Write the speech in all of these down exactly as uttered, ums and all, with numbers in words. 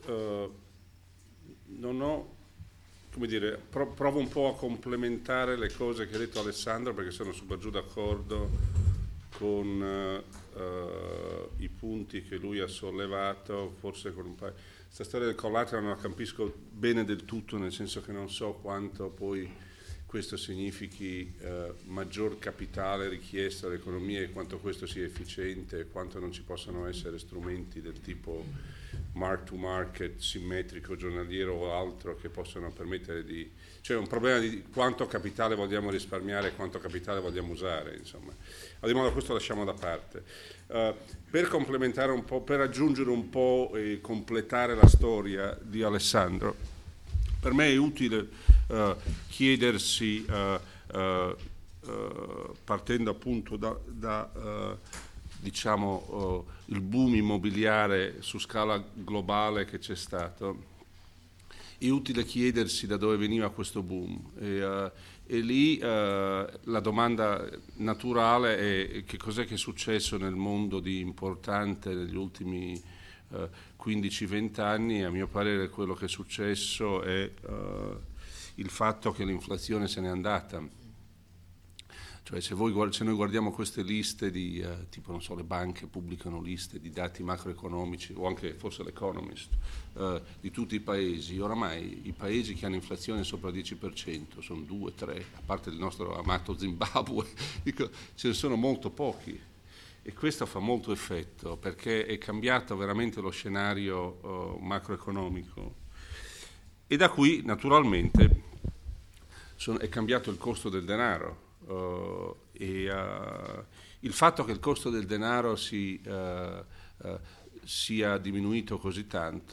eh, non ho, come dire, pro- provo un po' a complementare le cose che ha detto Alessandro, perché sono super giù d'accordo con eh, eh, i punti che lui ha sollevato, forse con un paio. Questa storia del collateral non la capisco bene del tutto, nel senso che non so quanto poi questo significhi eh, maggior capitale richiesto all'economia e quanto questo sia efficiente e quanto non ci possano essere strumenti del tipo mark to market, simmetrico, giornaliero o altro che possono permettere di... Cioè un problema di quanto capitale vogliamo risparmiare e quanto capitale vogliamo usare, insomma. Al di modo questo lasciamo da parte. Uh, per complementare un po', per aggiungere un po' e completare la storia di Alessandro, per me è utile uh, chiedersi, uh, uh, uh, partendo appunto da, da uh, diciamo, uh, il boom immobiliare su scala globale che c'è stato, è utile chiedersi da dove veniva questo boom. E, uh, e lì uh, la domanda naturale è che cos'è che è successo nel mondo di importante negli ultimi uh, quindici venti anni. A mio parere quello che è successo è uh, il fatto che l'inflazione se n'è andata. Cioè se, voi, se noi guardiamo queste liste di, uh, tipo non so, le banche pubblicano liste di dati macroeconomici o anche forse l'Economist uh, di tutti i paesi, oramai i paesi che hanno inflazione sopra il dieci per cento sono due, tre, a parte il nostro amato Zimbabwe, dico, ce ne sono molto pochi e questo fa molto effetto perché è cambiato veramente lo scenario uh, macroeconomico e da qui naturalmente sono, è cambiato il costo del denaro. Uh, e uh, il fatto che il costo del denaro si, uh, uh, sia diminuito così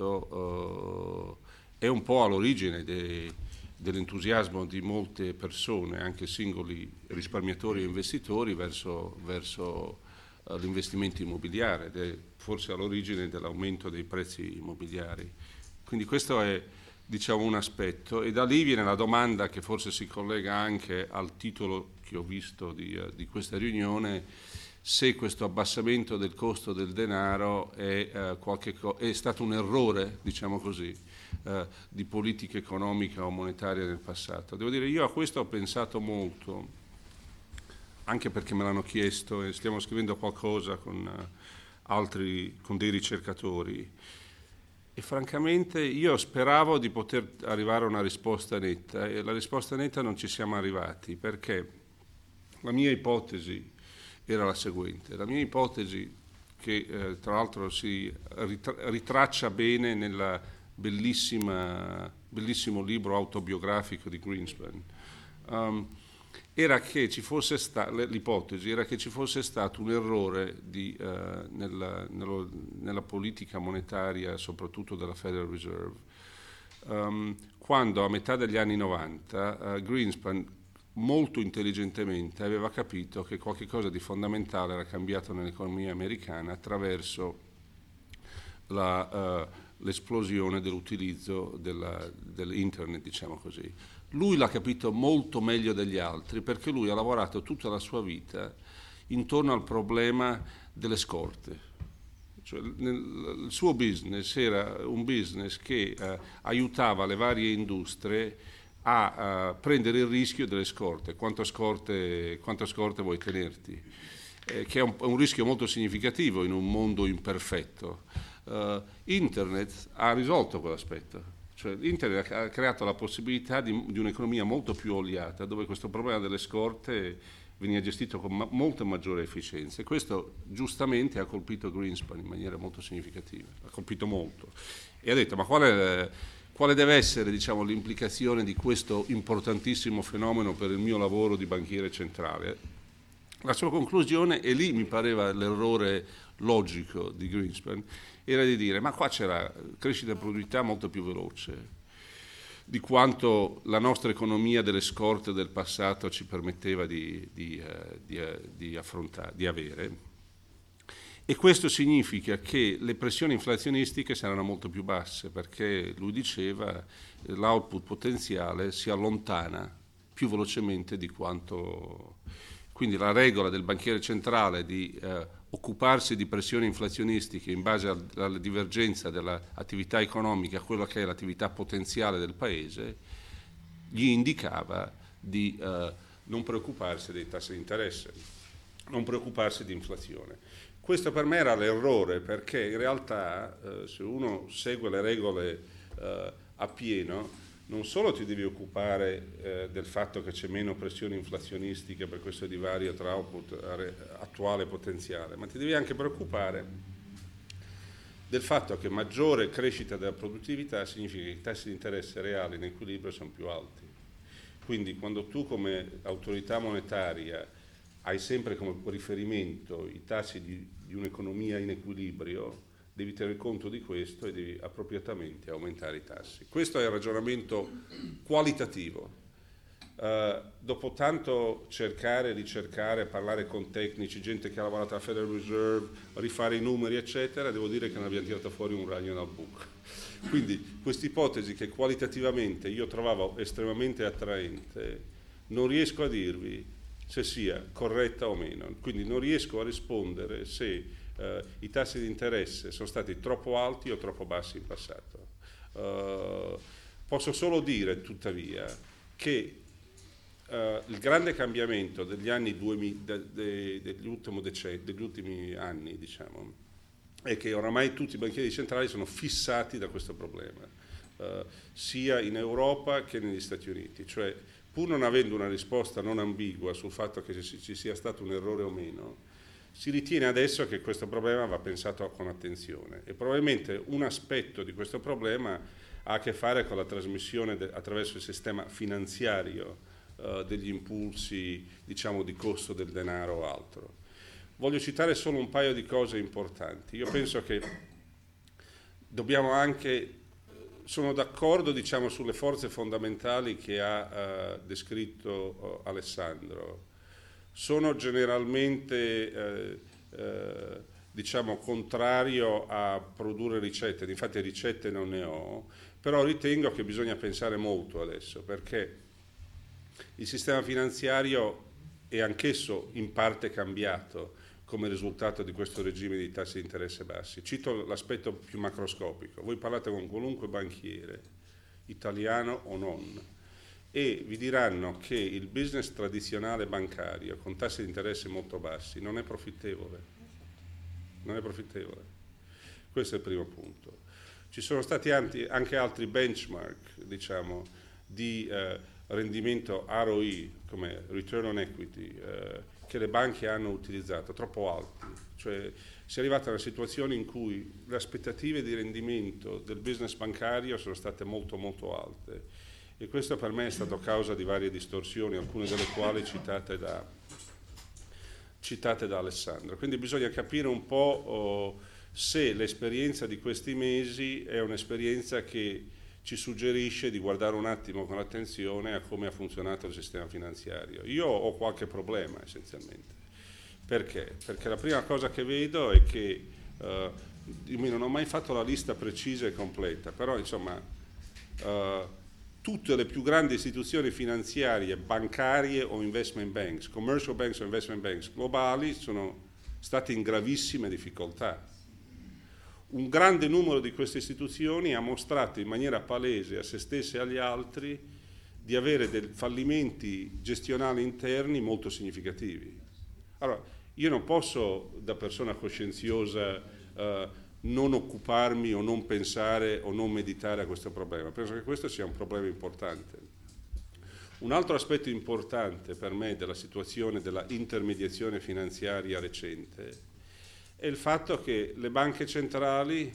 tanto uh, è un po' all'origine de, dell'entusiasmo di molte persone, anche singoli risparmiatori e investitori, verso, verso uh, l'investimento immobiliare ed è forse all'origine dell'aumento dei prezzi immobiliari. Quindi questo è, diciamo, un aspetto e da lì viene la domanda che forse si collega anche al titolo che ho visto di, uh, di questa riunione, se questo abbassamento del costo del denaro è, uh, qualche co- è stato un errore, diciamo così, uh, di politica economica o monetaria nel passato. Devo dire, io a questo ho pensato molto, anche perché me l'hanno chiesto e stiamo scrivendo qualcosa con uh, altri, con dei ricercatori. E francamente io speravo di poter arrivare a una risposta netta e la risposta netta non ci siamo arrivati perché la mia ipotesi era la seguente, la mia ipotesi che eh, tra l'altro si ritra- ritraccia bene nel bellissimo libro autobiografico di Greenspan, um, era che ci fosse sta- l'ipotesi era che ci fosse stato un errore di, uh, nella, nello, nella politica monetaria, soprattutto della Federal Reserve, um, quando a metà degli anni novanta uh, Greenspan molto intelligentemente aveva capito che qualche cosa di fondamentale era cambiato nell'economia americana attraverso la, uh, l'esplosione dell'utilizzo della, dell'internet, diciamo così. Lui l'ha capito molto meglio degli altri perché lui ha lavorato tutta la sua vita intorno al problema delle scorte. Cioè, nel, il suo business era un business che uh, aiutava le varie industrie a uh, prendere il rischio delle scorte, quante scorte, quante scorte vuoi tenerti, eh, che è un, un rischio molto significativo in un mondo imperfetto. Uh, Internet ha risolto quell'aspetto, cioè Internet ha creato la possibilità di, di un'economia molto più oliata, dove questo problema delle scorte veniva gestito con ma- molta maggiore efficienza e questo giustamente ha colpito Greenspan in maniera molto significativa, ha colpito molto e ha detto ma qual è... Quale deve essere, diciamo, l'implicazione di questo importantissimo fenomeno per il mio lavoro di banchiere centrale? La sua conclusione, e lì mi pareva l'errore logico di Greenspan, era di dire ma qua c'era crescita e produttività molto più veloce di quanto la nostra economia delle scorte del passato ci permetteva di, di, uh, di, uh, di affrontare, di avere. E questo significa che le pressioni inflazionistiche saranno molto più basse perché lui diceva l'output potenziale si allontana più velocemente di quanto quindi la regola del banchiere centrale di eh, occuparsi di pressioni inflazionistiche in base al, alla divergenza dell'attività economica a quella che è l'attività potenziale del paese, gli indicava di eh, non preoccuparsi dei tassi di interesse, non preoccuparsi di inflazione. Questo per me era l'errore, perché in realtà eh, se uno segue le regole eh, a pieno, non solo ti devi occupare eh, del fatto che c'è meno pressione inflazionistica per questo divario tra output attuale e potenziale, ma ti devi anche preoccupare del fatto che maggiore crescita della produttività significa che i tassi di interesse reali in equilibrio sono più alti. Quindi quando tu come autorità monetaria hai sempre come riferimento i tassi di, di un'economia in equilibrio, devi tener conto di questo e devi appropriatamente aumentare i tassi. Questo è il ragionamento qualitativo. Uh, dopo tanto cercare, ricercare, parlare con tecnici, gente che ha lavorato alla Federal Reserve, rifare i numeri, eccetera, devo dire che non abbiamo tirato fuori un ragno dal buco. Quindi questa ipotesi che qualitativamente io trovavo estremamente attraente, non riesco a dirvi se sia corretta o meno. Quindi non riesco a rispondere se Uh, i tassi di interesse sono stati troppo alti o troppo bassi in passato. Uh, posso solo dire, tuttavia, che uh, il grande cambiamento degli anni duemila, de, de, degli, ultimi decennio, degli ultimi anni, diciamo, è che oramai tutti i banchieri centrali sono fissati da questo problema, uh, sia in Europa che negli Stati Uniti. Cioè, pur non avendo una risposta non ambigua sul fatto che ci, ci sia stato un errore o meno, si ritiene adesso che questo problema va pensato con attenzione e probabilmente un aspetto di questo problema ha a che fare con la trasmissione de- attraverso il sistema finanziario uh, degli impulsi, diciamo, di costo del denaro o altro. Voglio citare solo un paio di cose importanti. Io penso che dobbiamo anche, sono d'accordo, diciamo, sulle forze fondamentali che ha uh, descritto uh, Alessandro. Sono generalmente eh, eh, diciamo contrario a produrre ricette, infatti ricette non ne ho, però ritengo che bisogna pensare molto adesso, perché il sistema finanziario è anch'esso in parte cambiato come risultato di questo regime di tassi di interesse bassi. Cito l'aspetto più macroscopico: voi parlate con qualunque banchiere, italiano o non, e vi diranno che il business tradizionale bancario con tassi di interesse molto bassi non è profittevole. Non è profittevole. Questo è il primo punto. Ci sono stati anche altri benchmark, diciamo, di eh, rendimento R O I, come return on equity, eh, che le banche hanno utilizzato, troppo alti. Cioè si è arrivata a una situazione in cui le aspettative di rendimento del business bancario sono state molto molto alte. E questo per me è stato causa di varie distorsioni, alcune delle quali citate da, citate da Alessandro. Quindi bisogna capire un po' oh, se l'esperienza di questi mesi è un'esperienza che ci suggerisce di guardare un attimo con attenzione a come ha funzionato il sistema finanziario. Io ho qualche problema essenzialmente. Perché? Perché la prima cosa che vedo è che uh, io non ho mai fatto la lista precisa e completa, però insomma uh, tutte le più grandi istituzioni finanziarie, bancarie o investment banks, commercial banks o investment banks globali sono state in gravissime difficoltà. Un grande numero di queste istituzioni ha mostrato in maniera palese a se stesse e agli altri di avere dei fallimenti gestionali interni molto significativi. Allora, io non posso, da persona coscienziosa, eh, non occuparmi o non pensare o non meditare a questo problema. Penso che questo sia un problema importante. Un altro aspetto importante per me della situazione della intermediazione finanziaria recente è il fatto che le banche centrali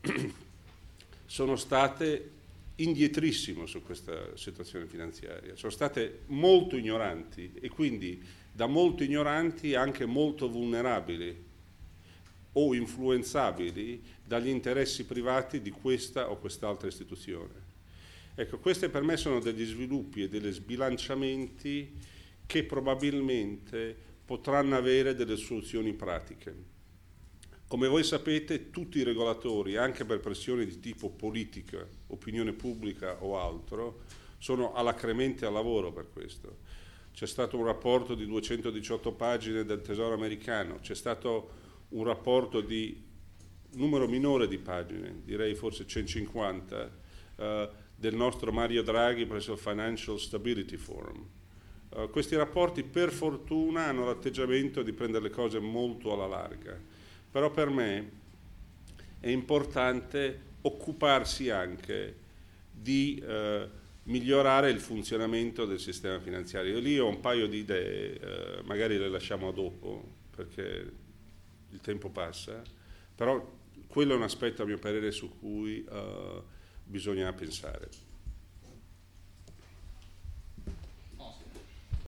sono state indietrissimo su questa situazione finanziaria, sono state molto ignoranti e quindi da molto ignoranti anche molto vulnerabili o influenzabili dagli interessi privati di questa o quest'altra istituzione. Ecco, questi per me sono degli sviluppi e degli sbilanciamenti che probabilmente potranno avere delle soluzioni pratiche. Come voi sapete, tutti i regolatori, anche per pressioni di tipo politica, opinione pubblica o altro, sono alacremente al lavoro per questo. c'è stato un rapporto di duecentodiciotto pagine del Tesoro americano, c'è stato un rapporto di numero minore di pagine, direi forse centocinquanta, eh, del nostro Mario Draghi presso il Financial Stability Forum. Uh, questi rapporti per fortuna hanno l'atteggiamento di prendere le cose molto alla larga, però per me è importante occuparsi anche di uh, migliorare il funzionamento del sistema finanziario. Io lì ho un paio di idee, uh, magari le lasciamo a dopo perché il tempo passa, però quello è un aspetto a mio parere su cui uh, bisogna pensare.